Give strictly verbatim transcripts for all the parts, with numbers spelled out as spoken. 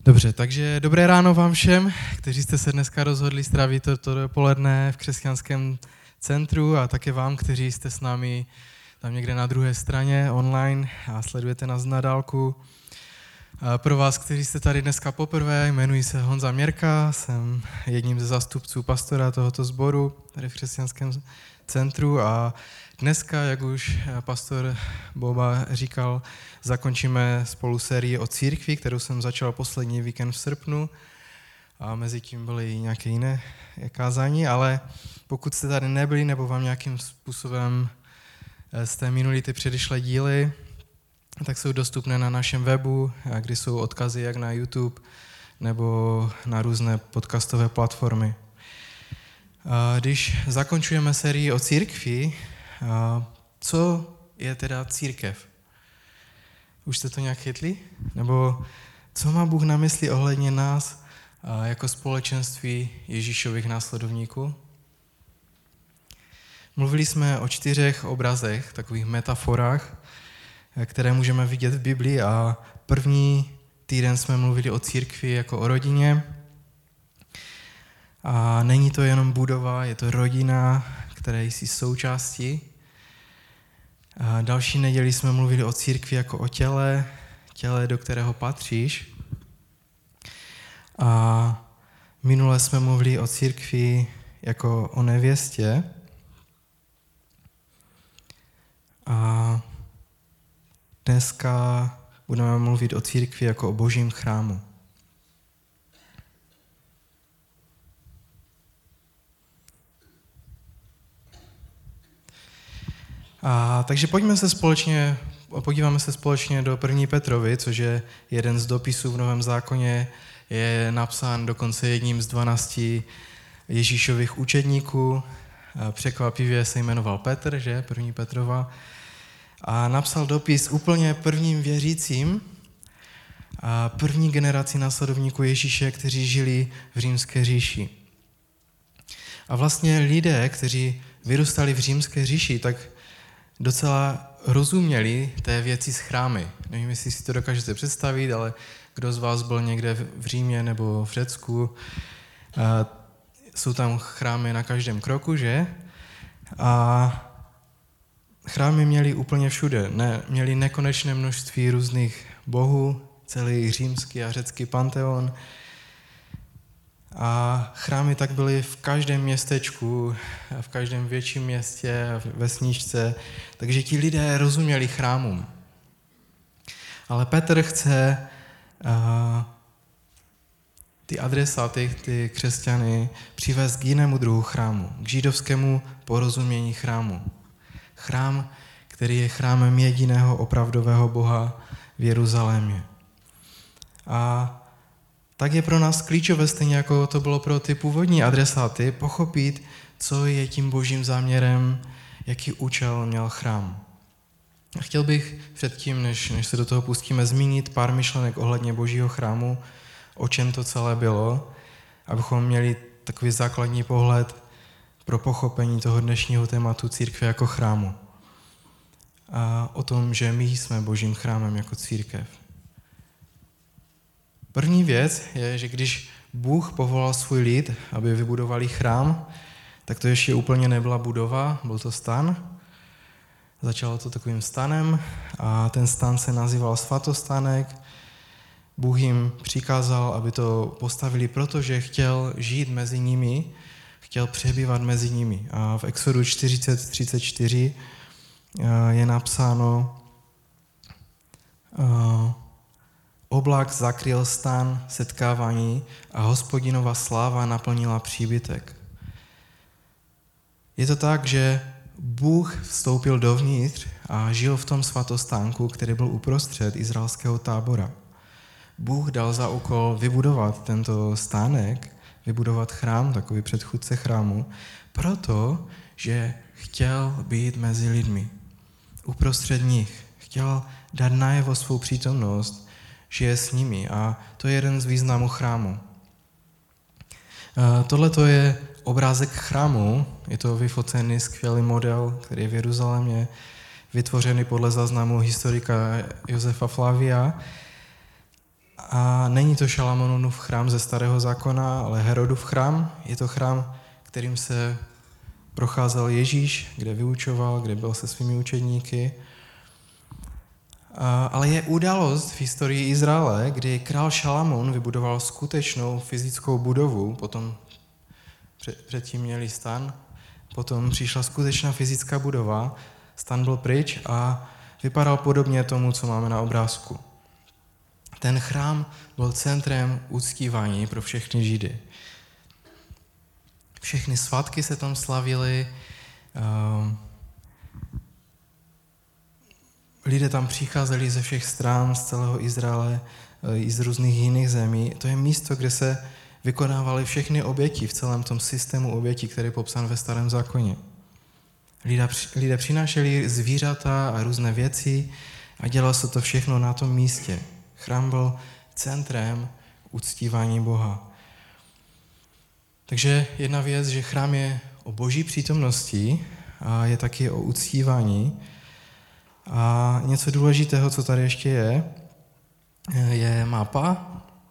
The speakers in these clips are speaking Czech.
Dobře, takže dobré ráno vám všem, kteří jste se dneska rozhodli strávit toto dopoledne v křesťanském centru a také vám, kteří jste s námi tam někde na druhé straně online a sledujete nás na dálku. A pro vás, kteří jste tady dneska poprvé, jmenuji se Honza Měrka, jsem jedním ze zástupců pastora tohoto sboru tady v křesťanském centru a dneska, jak už pastor Boba říkal, zakončíme spolu sérii o církvi, kterou jsem začal poslední víkend v srpnu a mezi tím byly i nějaké jiné kázání, ale pokud jste tady nebyli nebo vám nějakým způsobem jste minuli ty předešlé díly, tak jsou dostupné na našem webu, kde jsou odkazy jak na YouTube nebo na různé podcastové platformy. Když zakončujeme sérii o církvi, co je teda církev? Už jste to nějak chytli? Nebo co má Bůh na mysli ohledně nás jako společenství Ježíšových následovníků? Mluvili jsme o čtyřech obrazech, takových metaforách, které můžeme vidět v Biblii a první týden jsme mluvili o církvi jako o rodině. A není to jenom budova, je to rodina, které jsi součástí. A další neděli jsme mluvili o církvi jako o těle, těle, do kterého patříš. A minule jsme mluvili o církvi jako o nevěstě. A dneska budeme mluvit o církvi jako o božím chrámu. A, takže pojďme se společně, podíváme se společně do první Petrovi, což je jeden z dopisů v Novém zákoně, je napsán dokonce jedním z dvanácti Ježíšových učedníků. A překvapivě se jmenoval Petr, že? První Petrova. A napsal dopis úplně prvním věřícím a první generaci následovníků Ježíše, kteří žili v římské říši. A vlastně lidé, kteří vyrůstali v římské říši, tak docela rozuměli té věci s chrámy. Nevím, jestli si to dokážete představit, ale kdo z vás byl někde v Římě nebo v Řecku, a jsou tam chrámy na každém kroku, že? A chrámy měli úplně všude. Ne, měli nekonečné množství různých bohů, celý římský a řecký panteon. A chrámy tak byly v každém městečku, v každém větším městě, vesničce, takže ti lidé rozuměli chrámům. Ale Petr chce uh, ty adresáty, ty křesťany, přivést k jinému druhu chrámu, k židovskému porozumění chrámu. Chrám, který je chrámem jediného opravdového Boha v Jeruzalémě. A tak je pro nás klíčové, stejně jako to bylo pro ty původní adresáty, pochopit, co je tím božím záměrem, jaký účel měl chrám. A chtěl bych předtím, než, než se do toho pustíme, zmínit pár myšlenek ohledně božího chrámu, o čem to celé bylo, abychom měli takový základní pohled pro pochopení toho dnešního tématu církve jako chrámu. A o tom, že my jsme božím chrámem jako církev. První věc je, že když Bůh povolal svůj lid, aby vybudovali chrám, tak to ještě úplně nebyla budova, byl to stan. Začalo to takovým stanem a ten stan se nazýval svatostánek. Bůh jim přikázal, aby to postavili, protože chtěl žít mezi nimi, chtěl přebývat mezi nimi. A v Exodu čtyřicet třicet čtyři je napsáno: Oblak zakryl stan setkávání a Hospodinova sláva naplnila příbytek. Je to tak, že Bůh vstoupil dovnitř a žil v tom svatostánku, který byl uprostřed izraelského tábora. Bůh dal za úkol vybudovat tento stánek, vybudovat chrám, takový předchůdce chrámu, protože chtěl být mezi lidmi, uprostřed nich. Chtěl dát najevo svou přítomnost, že je s nimi a to je jeden z významů chrámu. Tohle to je obrázek chrámu, je to vyfocený skvělý model, který je v Jeruzalémě, vytvořený podle záznamu historika Josefa Flavia. A není to Šalamounův chrám ze Starého zákona, ale Herodův chrám. Je to chrám, kterým se procházel Ježíš, kde vyučoval, kde byl se svými učedníky. A, ale je událost v historii Izraele, kdy král Šalamoun vybudoval skutečnou fyzickou budovu, potom před, předtím měli stan, potom přišla skutečná fyzická budova, stan byl pryč a vypadal podobně tomu, co máme na obrázku. Ten chrám byl centrem uctívání pro všechny Židy. Všechny svátky se tam slavily, lidé tam přicházeli ze všech stran, z celého Izraele i z různých jiných zemí. To je místo, kde se vykonávaly všechny oběti v celém tom systému obětí, který je popsán ve Starém zákoně. Lidé, lidé přinášeli zvířata a různé věci a dělalo se to všechno na tom místě. Chrám byl centrem uctívání Boha. Takže jedna věc, že chrám je o Boží přítomnosti a je taky o uctívání. A něco důležitého, co tady ještě je, je mapa.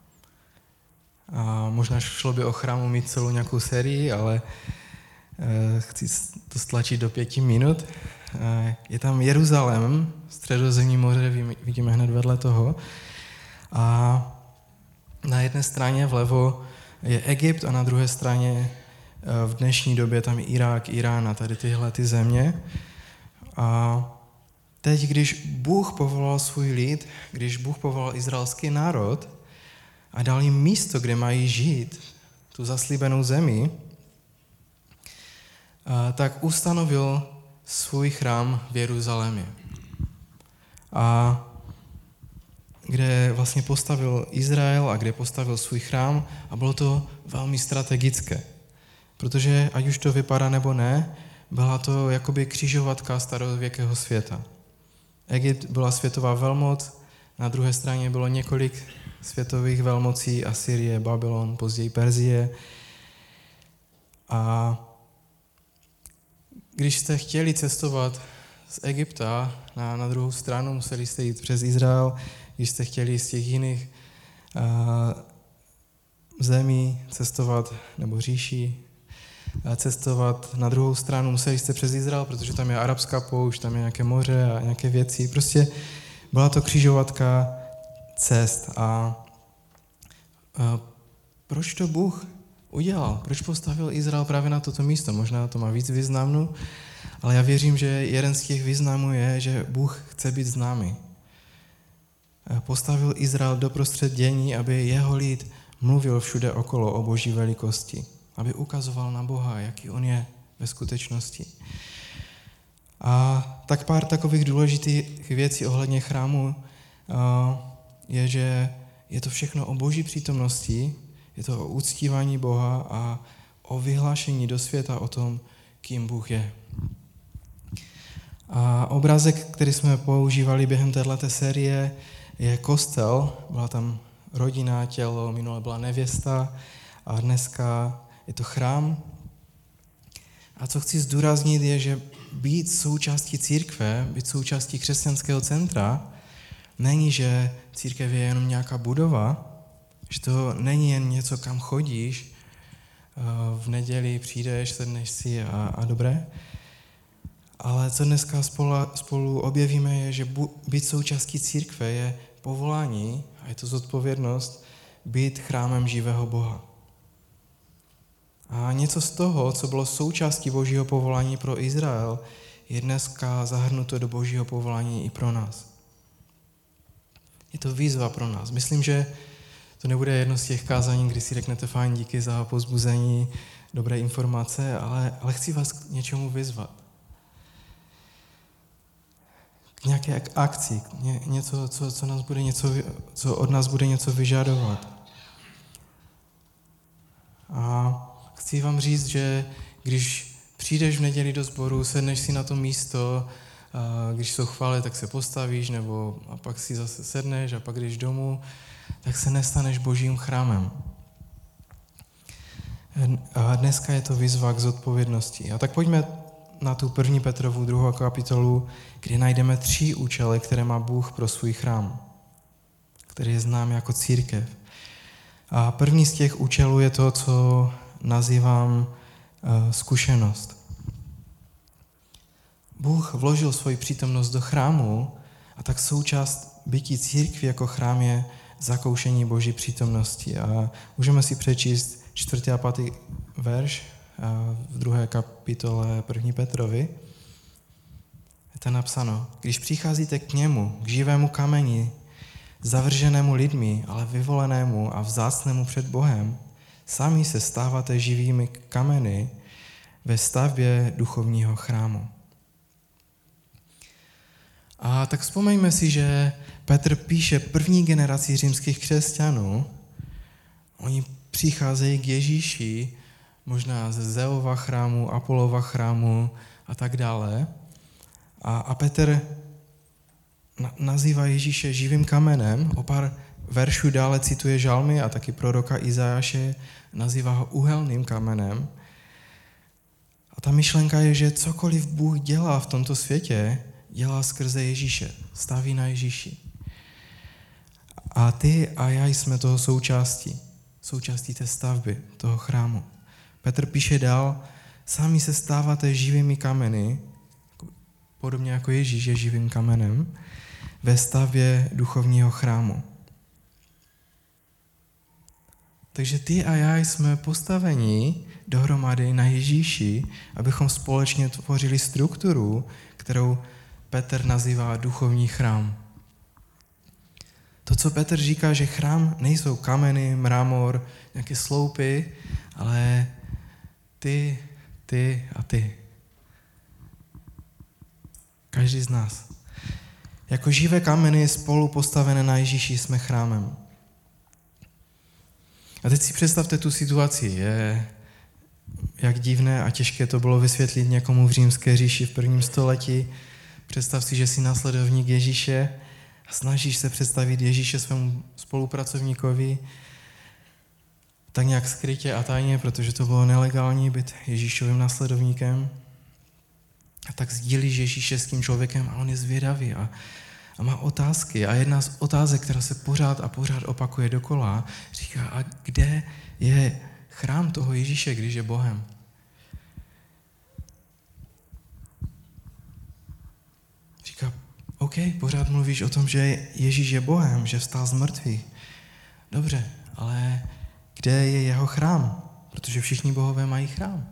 A možná šlo by o chrámu mít celou nějakou sérii, ale chci to stlačit do pěti minut. Je tam Jeruzalém, Středozemní moře, vidíme hned vedle toho. A na jedné straně vlevo je Egypt a na druhé straně v dnešní době tam je Irák, Irán a tady tyhle ty země. A teď, když Bůh povolal svůj lid, když Bůh povolal izraelský národ a dal jim místo, kde mají žít, tu zaslíbenou zemi, tak ustanovil svůj chrám v Jeruzalémě. A kde vlastně postavil Izrael a kde postavil svůj chrám a bylo to velmi strategické. Protože ať už to vypadá nebo ne, byla to jakoby křižovatka starověkého světa. Egypt byla světová velmoc, na druhé straně bylo několik světových velmocí, Asyrie, Babylon, později Perzie. A když jste chtěli cestovat z Egypta na, na druhou stranu, museli jste jít přes Izrael. Když jste chtěli z těch jiných uh, zemí cestovat, nebo říší, uh, cestovat na druhou stranu, museli jste přes Izrael, protože tam je arabská poušť, tam je nějaké moře a nějaké věci. Prostě byla to křižovatka cest. A uh, proč to Bůh udělal? Proč postavil Izrael právě na toto místo? Možná to má víc významů, ale já věřím, že jeden z těch významů je, že Bůh chce být s námi. Postavil Izrael doprostřed dění, aby jeho lid mluvil všude okolo o Boží velikosti. Aby ukazoval na Boha, jaký on je ve skutečnosti. A tak pár takových důležitých věcí ohledně chrámu je, že je to všechno o Boží přítomnosti, je to o uctívání Boha a o vyhlášení do světa o tom, kým Bůh je. A obrázek, který jsme používali během této série, je kostel. Byla tam rodina, tělo, minule byla nevěsta a dneska je to chrám. A co chci zdůraznit je, že být součástí církve, být součástí křesťanského centra, není, že církev je jenom nějaká budova, že to není jen něco, kam chodíš, v neděli přijdeš, sedneš si a, a dobré. Ale co dneska spolu, spolu objevíme, je, že být součástí církve je povolání a je to zodpovědnost být chrámem živého Boha. A něco z toho, co bylo součástí Božího povolání pro Izrael, je dneska zahrnuto do Božího povolání i pro nás. Je to výzva pro nás. Myslím, že to nebude jedno z těch kázání, kdy si řeknete fajn, díky za povzbuzení, dobré informace, ale, ale chci vás k něčemu vyzvat. K nějaké akci, ně, něco, co, co, nás bude něco, co od nás bude něco vyžadovat. A chci vám říct, že když přijdeš v neděli do sboru, sedneš si na to místo, a když jsou chvály, tak se postavíš, nebo a pak si zase sedneš a pak jdeš domů, tak se nestaneš Božím chrámem. A dneska je to výzva k zodpovědnosti. A tak pojďme na tu první Petrovu druhou kapitolu, kde najdeme tři účely, které má Bůh pro svůj chrám. který je znám jako církev. A první z těch účelů je to, co nazývám uh, zkušenost. Bůh vložil svoji přítomnost do chrámu a tak součást bytí církvi jako chrám je zakoušení Boží přítomnosti. A můžeme si přečíst čtvrtý a pátý verš v druhé kapitole první Petrovi. Je tam napsáno, když přicházíte k němu, k živému kameni, zavrženému lidmi, ale vyvolenému a vzácnému před Bohem, sami se stáváte živými kameny ve stavbě duchovního chrámu. A tak vzpomeňme si, že Petr píše první generaci římských křesťanů. Oni přicházejí k Ježíši, možná ze Zeova chrámu, Apolova chrámu a tak dále. A, a Petr na, nazývá Ježíše živým kamenem. O pár veršů dále cituje žalmy a taky proroka Izajáše, nazývá ho uhelným kamenem. A ta myšlenka je, že cokoliv Bůh dělá v tomto světě, dělá skrze Ježíše, staví na Ježíši. A ty a já jsme toho součástí, součástí té stavby, toho chrámu. Petr píše dál, sami se stáváte živými kameny, podobně jako Ježíš je živým kamenem, ve stavbě duchovního chrámu. Takže ty a já jsme postaveni dohromady na Ježíši, abychom společně tvořili strukturu, kterou Petr nazývá duchovní chrám. To, co Petr říká, že chrám nejsou kameny, mramor, nějaké sloupy, ale ty, ty a ty. Každý z nás. Jako živé kameny spolu postavené na Ježíši jsme chrámem. A teď si představte tu situaci. Je, jak divné a těžké to bylo vysvětlit někomu v římské říši v prvním století. Představ si, že jsi následovník Ježíše a snažíš se představit Ježíše svému spolupracovníkovi tak nějak skrytě a tajně, protože to bylo nelegální být Ježíšovým následovníkem. A tak sdílíš Ježíše s tím člověkem a on je zvědavý a, a má otázky. A jedna z otázek, která se pořád a pořád opakuje dokola, říká, a kde je chrám toho Ježíše, když je Bohem? Říká, OK, pořád mluvíš o tom, že Ježíš je Bohem, že vstal z mrtvých. Dobře, ale kde je jeho chrám? Protože všichni bohové mají chrám.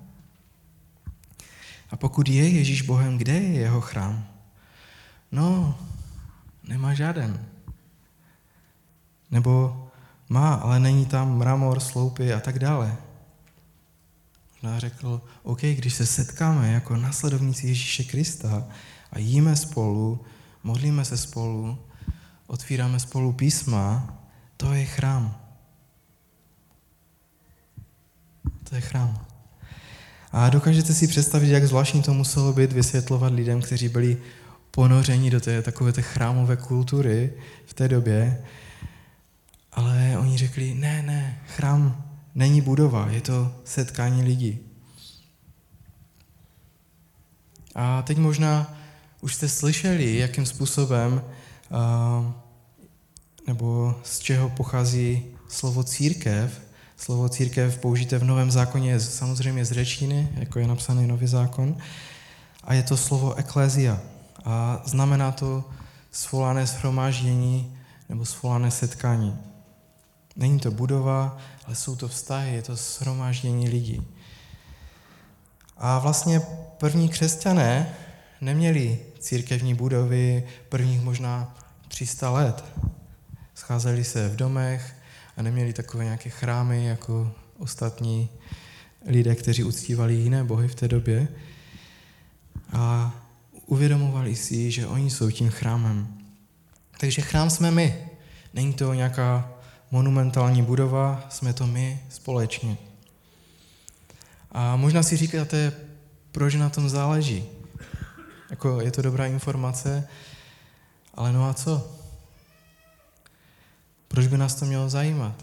A pokud je Ježíš Bohem, kde je jeho chrám? No, nemá žáden. Nebo má, ale není tam mramor, sloupy a tak dále. Možná řekl, OK, když se setkáme jako následovníci Ježíše Krista a jíme spolu, modlíme se spolu, otvíráme spolu písma, to je chrám. To je chrám. A dokážete si představit, jak zvláštní to muselo být vysvětlovat lidem, kteří byli ponoření do té takové té chrámové kultury v té době. Ale oni řekli, ne, ne, chrám není budova, je to setkání lidí. A teď možná už jste slyšeli, jakým způsobem uh, nebo z čeho pochází slovo církev. Slovo církev použité v Novém zákoně je samozřejmě z řečtiny, jako je napsaný Nový zákon. A je to slovo eklézia. A znamená to svolané shromáždění nebo svolané setkání. Není to budova, ale jsou to vztahy, je to shromáždění lidí. A vlastně první křesťané neměli církevní budovy prvních možná tři sta let. Scházeli se v domech a neměli takové nějaké chrámy jako ostatní lidé, kteří uctívali jiné bohy v té době. A uvědomovali si, že oni jsou tím chrámem. Takže chrám jsme my. Není to nějaká monumentální budova, jsme to my společně. A možná si říkáte, proč na tom záleží. Jako je to dobrá informace, ale no a co? Proč by nás to mělo zajímat?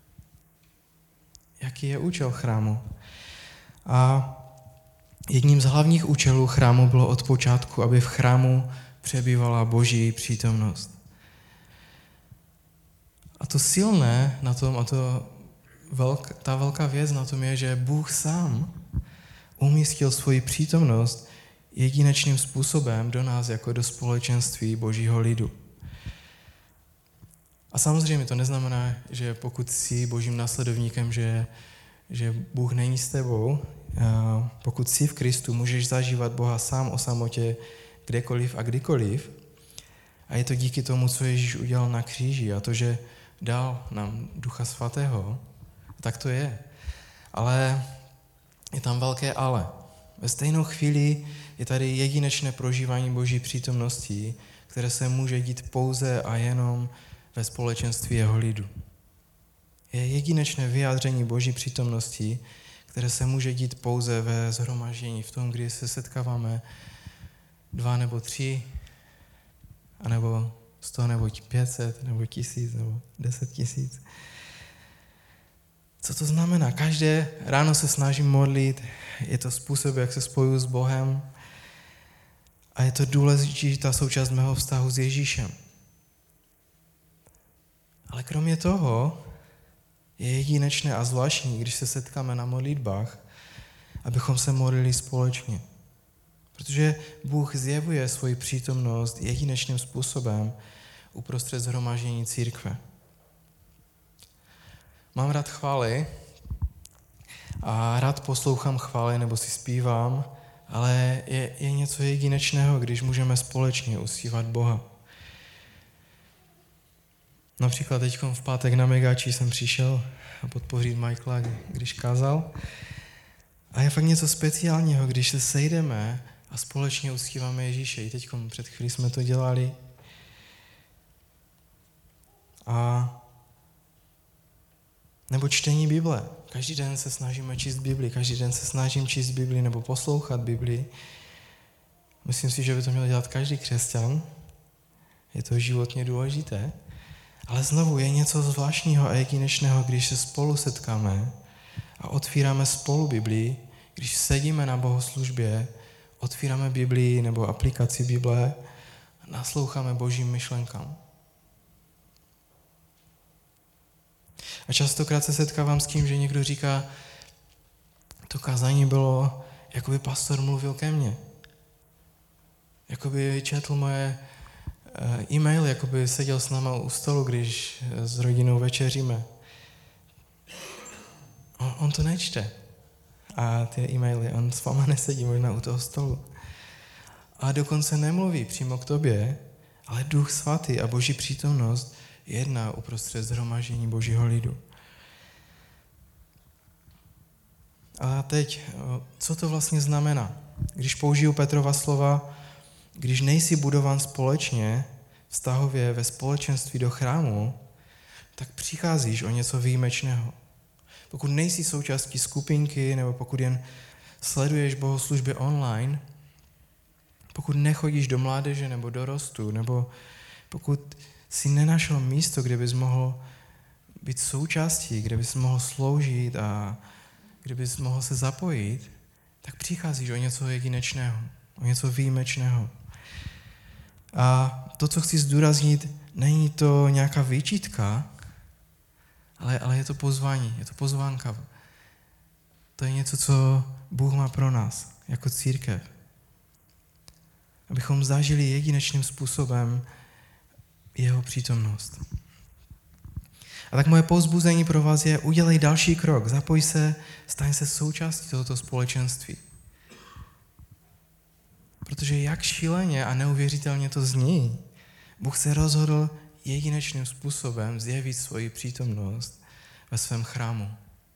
Jaký je účel chrámu? A jedním z hlavních účelů chrámu bylo od počátku, aby v chrámu přebývala Boží přítomnost. A to silné na tom, a to velk, ta velká věc na tom je, že Bůh sám umístil svoji přítomnost jedinečným způsobem do nás jako do společenství Božího lidu. A samozřejmě to neznamená, že pokud jsi Božím následovníkem, že, že Bůh není s tebou. Pokud jsi v Kristu, můžeš zažívat Boha sám o samotě kdekoliv a kdykoliv. A je to díky tomu, co Ježíš udělal na kříži a to, že dal nám Ducha Svatého, tak to je. Ale je tam velké ale. Ve stejnou chvíli je tady jedinečné prožívání Boží přítomnosti, které se může dít pouze a jenom ve společenství jeho lidu. Je jedinečné vyjádření Boží přítomnosti, které se může dít pouze ve shromaždění, v tom, kdy se setkáváme dva nebo tři, anebo sto, nebo pět set, nebo tisíc, nebo deset tisíc. Co to znamená? Každé ráno se snažím modlit, je to způsob, jak se spojuji s Bohem a je to důležitá součást mého vztahu s Ježíšem. Ale kromě toho je jedinečné a zvláštní, když se setkáme na modlitbách, abychom se modlili společně. Protože Bůh zjevuje svoji přítomnost jedinečným způsobem uprostřed shromáždění církve. Mám rád chvály a rád poslouchám chvály nebo si zpívám, ale je, je něco jedinečného, když můžeme společně uctívat Boha. Například teď v pátek na Megači jsem přišel podpořit Michaela, když kázal. A je fakt něco speciálního, když se sejdeme a společně uctíváme Ježíše. I teď před chvílí jsme to dělali. A nebo čtení Bible. Každý den se snažíme číst Bibli, každý den se snažím číst Bibli nebo poslouchat Bibli. Myslím si, že by to měl dělat každý křesťan. Je to životně důležité. Ale znovu je něco zvláštního a jedinečného, když se spolu setkáme a otvíráme spolu Bibli, když sedíme na bohoslužbě, otvíráme Bibli nebo aplikaci Bible a nasloucháme Božím myšlenkám. A častokrát se setkávám s tím, že někdo říká, to kázání bylo, jako by pastor mluvil ke mně. Jako by četl moje e-mail, jako by seděl s náma u stolu, když s rodinou večeříme. On, on to nečte. A ty e-maily, on s váma nesedí možná u toho stolu. A dokonce nemluví přímo k tobě, ale Duch Svatý a Boží přítomnost jedná uprostřed shromáždění Božího lidu. A teď, co to vlastně znamená? Když použiju Petrova slova, když nejsi budován společně, vztahově ve společenství do chrámu, tak přicházíš o něco výjimečného. Pokud nejsi součástí skupinky, nebo pokud jen sleduješ bohoslužby online, pokud nechodíš do mládeže nebo dorostu, nebo pokud si nenašel místo, kde bys mohl být součástí, kde bys mohl sloužit a kde bys mohl se zapojit, tak přicházíš o něco jedinečného, o něco výjimečného. A to, co chci zdůraznit, není to nějaká výčitka, ale, ale je to pozvání, je to pozvánka. To je něco, co Bůh má pro nás, jako církev. Abychom zažili jedinečným způsobem jeho přítomnost. A tak moje povzbuzení pro vás je, udělej další krok, zapoj se, staň se součástí tohoto společenství. Protože jak šíleně a neuvěřitelně to zní, Bůh se rozhodl jedinečným způsobem zjevit svoji přítomnost ve svém chrámu.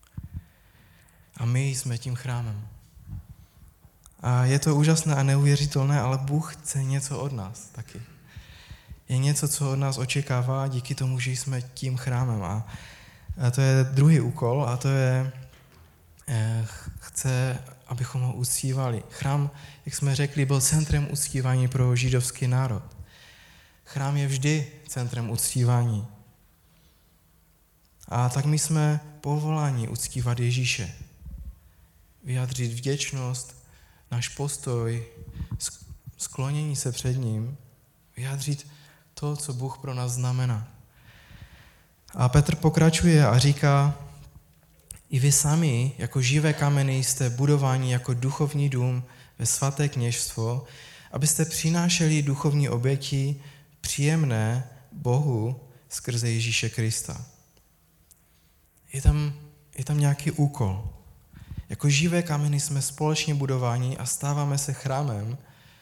A my jsme tím chrámem. A je to úžasné a neuvěřitelné, ale Bůh chce něco od nás taky. Je něco, co od nás očekává díky tomu, že jsme tím chrámem. A to je druhý úkol a to je, chce, abychom ho uctívali. Chrám, jak jsme řekli, byl centrem uctívání pro židovský národ. Chrám je vždy centrem uctívání. A tak my jsme povoláni uctívat Ježíše. Vyjádřit vděčnost, náš postoj, sklonění se před ním, vyjádřit to, co Bůh pro nás znamená. A Petr pokračuje a říká, i vy sami, jako živé kameny, jste budováni jako duchovní dům ve svaté kněžstvo, abyste přinášeli duchovní oběti příjemné Bohu skrze Ježíše Krista. Je tam, je tam nějaký úkol. Jako živé kameny jsme společně budováni a stáváme se chrámem,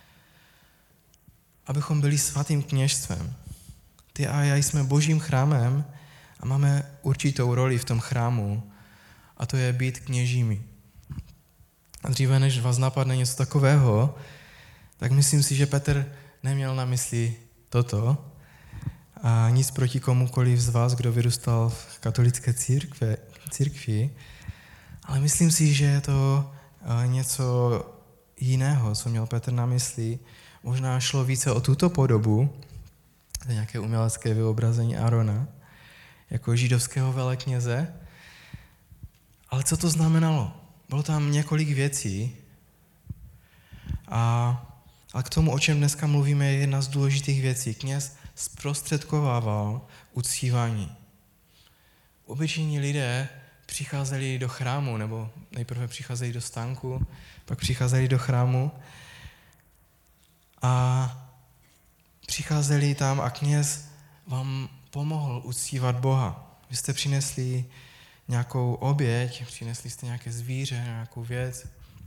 abychom byli svatým kněžstvem. Ty a já jsme božím chrámem a máme určitou roli v tom chrámu, a to je být kněžími. A dříve, než vás napadne něco takového, tak myslím si, že Petr neměl na mysli toto. A nic proti komukoliv z vás, kdo vyrůstal v katolické církve, církvi, ale myslím si, že je to něco jiného, co měl Petr na mysli. Možná šlo více o tuto podobu, to je nějaké umělecké vyobrazení Arona, jako židovského velekněze. Ale co to znamenalo? Bylo tam několik věcí a, a k tomu, o čem dneska mluvíme, je jedna z důležitých věcí. Kněz zprostředkovával uctívání. Obyčejní lidé přicházeli do chrámu, nebo nejprve přicházeli do stánku, pak přicházeli do chrámu a přicházeli tam a kněz vám pomohl uctívat Boha. Vy jste přinesli nějakou oběť, přinesli jste nějaké zvíře, nějakou věc.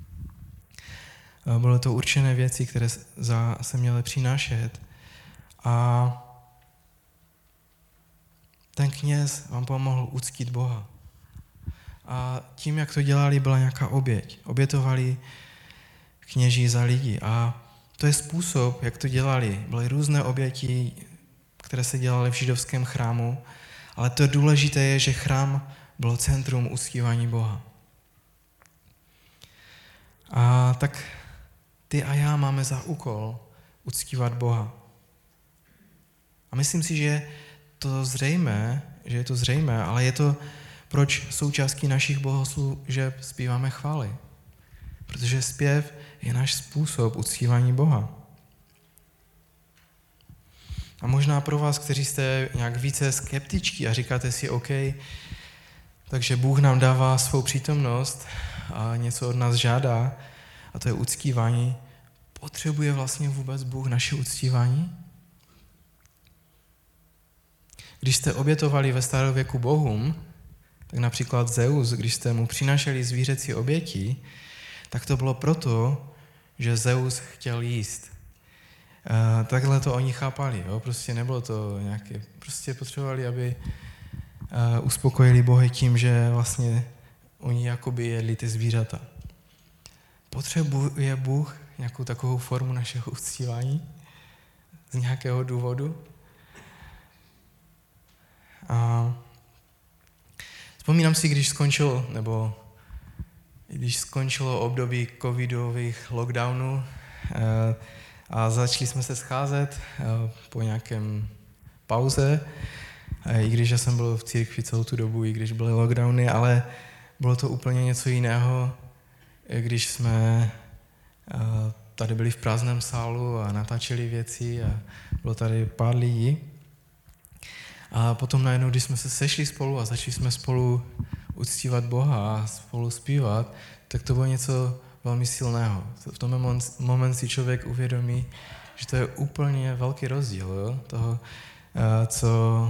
Bylo to určené věci, které se měly přinášet. A ten kněz vám pomohl uctít Boha. A tím, jak to dělali, byla nějaká oběť. Obětovali kněží za lidi. A to je způsob, jak to dělali. Byly různé oběti, které se dělaly v židovském chrámu, ale to důležité je, že chrám bylo centrum uctívání Boha. A tak ty a já máme za úkol uctívat Boha. A myslím si, že je to zřejmé, že je to zřejmé, ale je to, proč součástí našich bohoslužeb zpíváme chvály. Protože zpěv je náš způsob uctívání Boha. A možná pro vás, kteří jste nějak více skeptičtí a říkáte si, OK, takže Bůh nám dává svou přítomnost a něco od nás žádá, a to je uctívání. Potřebuje vlastně vůbec Bůh naše uctívání? Když jste obětovali ve starověku bohům, tak například Zeus, když jste mu přinášeli zvířecí oběti, tak to bylo proto, že Zeus chtěl jíst. Uh, takhle to oni chápali, jo? Prostě nebylo to nějaké, prostě potřebovali, aby uh, uspokojili Bohy tím, že vlastně oni jakoby jedli ty zvířata. Potřebuje Bůh nějakou takovou formu našeho uctívání z nějakého důvodu? A vzpomínám si, když skončil, nebo když skončilo období covidových lockdownů uh, a začali jsme se scházet uh, po nějakém pauze, uh, i když já jsem byl v církvi celou tu dobu, i když byly lockdowny, ale bylo to úplně něco jiného, když jsme uh, tady byli v prázdném sálu a natáčeli věci a bylo tady pár lidí. A potom najednou, když jsme se sešli spolu a začali jsme spolu uctívat Boha a spolu zpívat, tak to bylo něco velmi silného. V tom moment si člověk uvědomí, že to je úplně velký rozdíl, jo? Toho, co,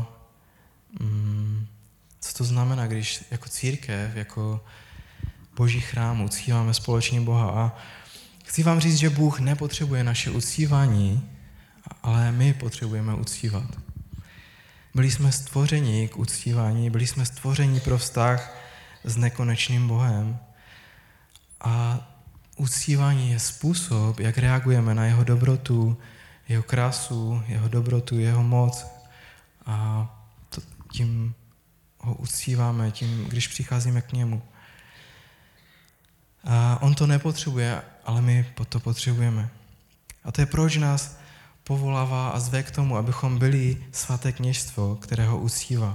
co to znamená, když jako církev, jako Boží chrám uctíváme společně Boha. A chci vám říct, že Bůh nepotřebuje naše uctívání, ale my potřebujeme uctívat. Byli jsme stvořeni k uctívání, byli jsme stvořeni pro vztah s nekonečným Bohem. A uctívání je způsob, jak reagujeme na jeho dobrotu, jeho krásu, jeho dobrotu, jeho moc. A to, tím ho uctíváme, tím, když přicházíme k němu. A on to nepotřebuje, ale my to potřebujeme. A to je proč nás povolává a zve k tomu, abychom byli svaté kněžstvo, které ho uctívá.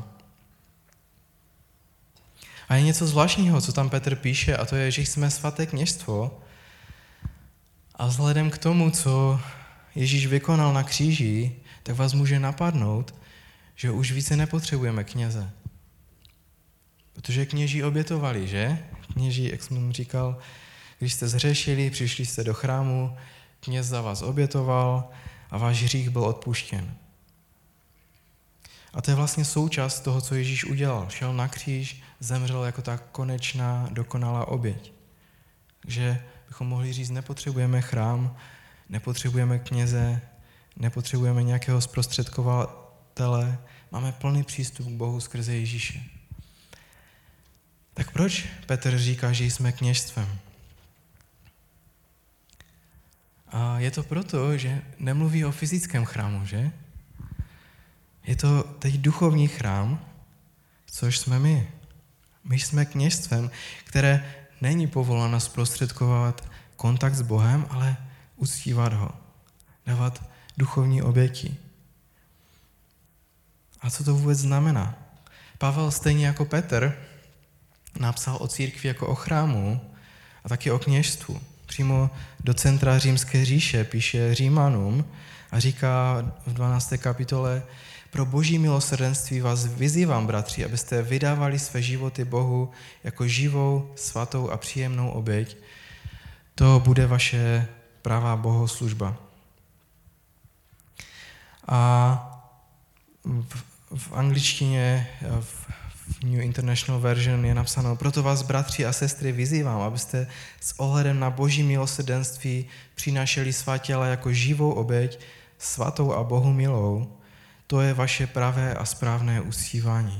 A je něco zvláštního, co tam Petr píše, a to je, že jsme svaté kněžstvo a vzhledem k tomu, co Ježíš vykonal na kříži, tak vás může napadnout, že už více nepotřebujeme kněze. Protože kněží obětovali, že? Kněží, jak jsem říkal, když jste zhřešili, přišli jste do chrámu, kněz za vás obětoval a váš hřích byl odpuštěn. A to je vlastně součást toho, co Ježíš udělal. Šel na kříž, zemřel jako ta konečná, dokonalá oběť. Takže bychom mohli říct, nepotřebujeme chrám, nepotřebujeme kněze, nepotřebujeme nějakého zprostředkovatele, máme plný přístup k Bohu skrze Ježíše. Tak proč Petr říká, že jsme kněžstvem? A je to proto, že nemluví o fyzickém chrámu, že? Je to teď duchovní chrám, což jsme my. My jsme kněžstvem, které není povoláno zprostředkovat kontakt s Bohem, ale uctívat ho, dávat duchovní oběti. A co to vůbec znamená? Pavel stejně jako Petr napsal o církvi jako o chrámu a taky o kněžstvu. Přímo do centra římské říše píše Římanům a říká v dvanácté kapitole: pro boží milosrdenství vás vyzývám, bratři, abyste vydávali své životy Bohu jako živou, svatou a příjemnou oběť. To bude vaše pravá bohoslužba. A v, v angličtině, v, v New International Version je napsáno: proto vás, bratři a sestry, vyzývám, abyste s ohledem na boží milosrdenství přinášeli svá těla jako živou oběť, svatou a Bohu milou. To je vaše pravé a správné uctívání.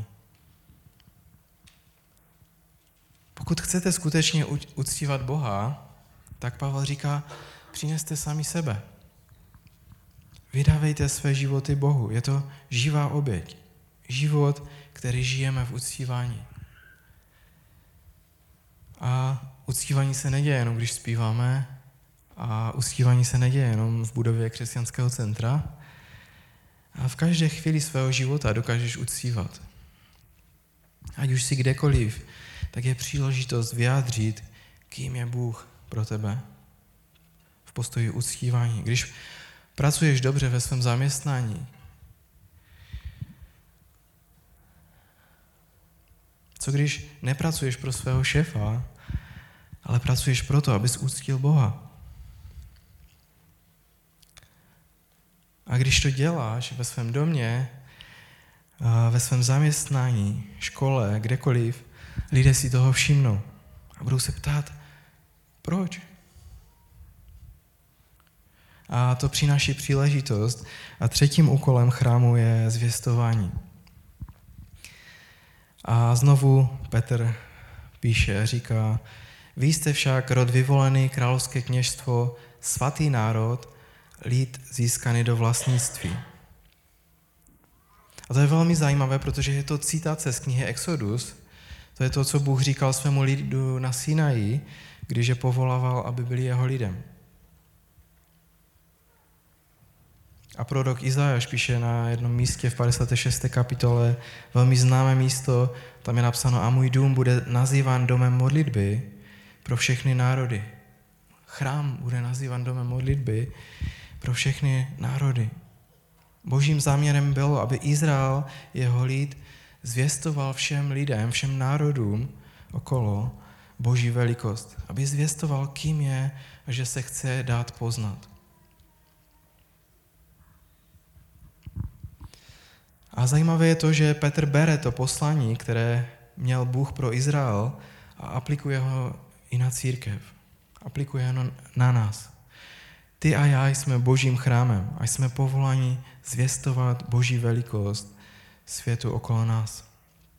Pokud chcete skutečně uctívat Boha, tak Pavel říká, přineste sami sebe. Vydávejte své životy Bohu. Je to živá oběť. Život, který žijeme v uctívání. A uctívání se neděje jenom, když zpíváme, a uctívání se neděje jenom v budově křesťanského centra. A v každé chvíli svého života dokážeš uctívat. Ať už jsi kdekoliv, tak je příležitost vyjádřit, kým je Bůh pro tebe v postoji uctívání. Když pracuješ dobře ve svém zaměstnání, co když nepracuješ pro svého šéfa, ale pracuješ proto, abys uctil Boha? A když to děláš ve svém domě, ve svém zaměstnání, škole, kdekoliv, lidé si toho všimnou a budou se ptát, proč? A to přináší příležitost. A třetím úkolem chrámu je zvěstování. A znovu Petr píše, říká, vy jste však rod vyvolený, královské kněžstvo, svatý národ, lid získaný do vlastnictví. A to je velmi zajímavé, protože je to citace z knihy Exodus. To je to, co Bůh říkal svému lidu na Sinaji, když je povolával, aby byli jeho lidem. A prorok Izajáš píše na jednom místě v padesáté šesté kapitole, velmi známé místo, tam je napsáno, a můj dům bude nazýván domem modlitby pro všechny národy. Chrám bude nazýván domem modlitby pro všechny národy. Božím záměrem bylo, aby Izrael, jeho lid, zvěstoval všem lidem, všem národům okolo Boží velikost. Aby zvěstoval, kým je a že se chce dát poznat. A zajímavé je to, že Petr bere to poslání, které měl Bůh pro Izrael a aplikuje ho i na církev. Aplikuje ho na nás. Ty a já jsme Božím chrámem a jsme povoláni zvěstovat Boží velikost světu okolo nás.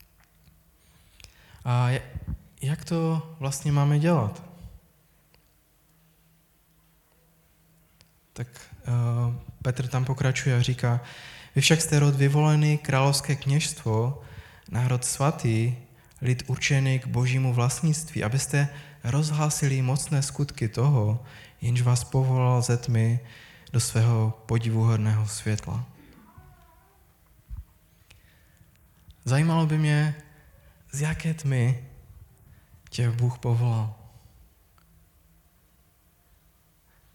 A jak to vlastně máme dělat? Tak uh, Petr tam pokračuje a říká, vy však jste rod vyvolený, královské kněžstvo, národ svatý, lid určený k Božímu vlastnictví, abyste rozhlásili mocné skutky toho, jenž vás povolal ze tmy do svého podivuhodného světla. Zajímalo by mě, z jaké tmy tě Bůh povolal.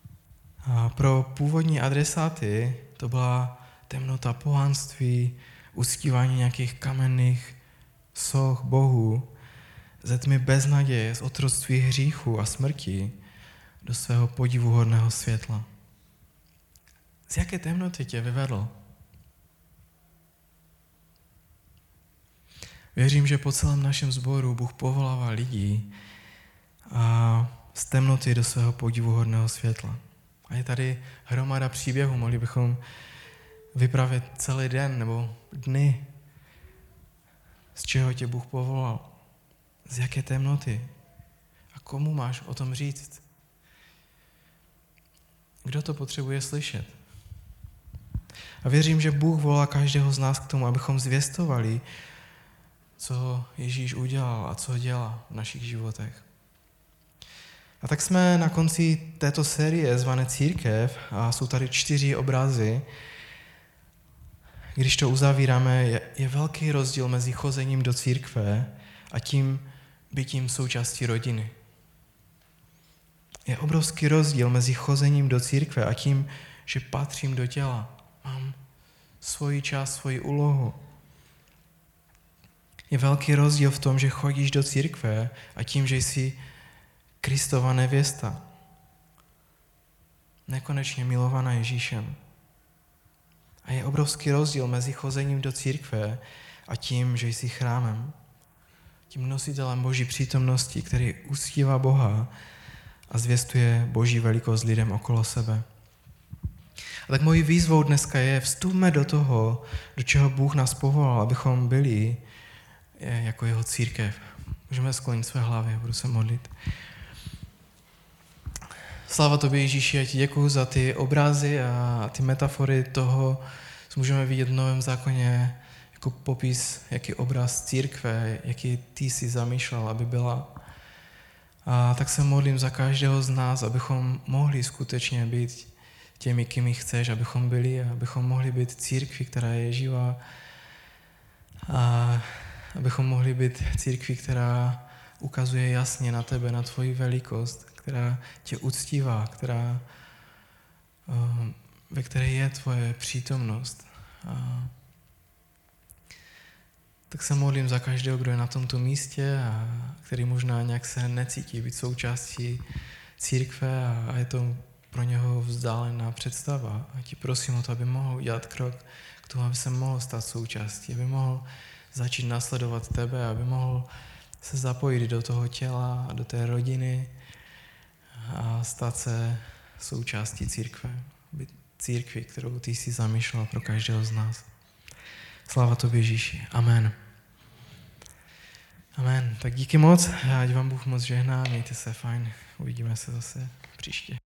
A pro původní adresáty to byla temnota pohanství, uctívání nějakých kamenných soch bohů, ze tmy beznaděje, z otroctví hříchu a smrti do svého podivuhodného světla. Z jaké temnoty tě vyvedl? Věřím, že po celém našem sboru Bůh povolává lidí a z temnoty do svého podivuhodného světla. A je tady hromada příběhů, mohli bychom vyprávět celý den nebo dny, z čeho tě Bůh povolal, z jaké temnoty a komu máš o tom říct. Kdo to potřebuje slyšet? A věřím, že Bůh volá každého z nás k tomu, abychom zvěstovali, co Ježíš udělal a co dělá v našich životech. A tak jsme na konci této série zvané Církev a jsou tady čtyři obrazy. Když to uzavíráme, je, je velký rozdíl mezi chozením do církve a tím bytím součástí rodiny. Je obrovský rozdíl mezi chozením do církve a tím, že patřím do těla. Mám svoji část, svoji úlohu. Je velký rozdíl v tom, že chodíš do církve a tím, že jsi Kristova nevěsta. Nekonečně milovaná Ježíšem. A je obrovský rozdíl mezi chozením do církve a tím, že jsi chrámem. Tím nositelem Boží přítomnosti, který uctívá Boha a zvěstuje Boží velikost lidem okolo sebe. A tak mojí výzvou dneska je, vstupme do toho, do čeho Bůh nás povolal, abychom byli jako jeho církev. Můžeme sklonit své hlavy a budu se modlit. Sláva tobě, Ježíši, já ti děkuju za ty obrazy a ty metafory toho, co můžeme vidět v Novém zákoně jako popis, jaký obraz církve, jaký ty jsi zamýšlel, aby byla. A tak se modlím za každého z nás, abychom mohli skutečně být těmi, kým chceš, abychom byli, abychom mohli být církví, která je živá, a abychom mohli být církví, která ukazuje jasně na tebe, na tvoji velikost, která tě uctívá, která, ve které je tvoje přítomnost. A tak se modlím za každého, kdo je na tomto místě a který možná nějak se necítí být součástí církve a je to pro něho vzdálená představa. A ti prosím o to, aby mohl udělat krok k tomu, aby se mohl stát součástí, aby mohl začít následovat tebe, aby mohl se zapojit do toho těla a do té rodiny a stát se součástí církve. Být církví, kterou ty jsi zamýšlel pro každého z nás. Sláva tobě, Ježíši. Amen. Amen. Tak díky moc. Ať vám Bůh moc žehná. Mějte se fajn. Uvidíme se zase příště.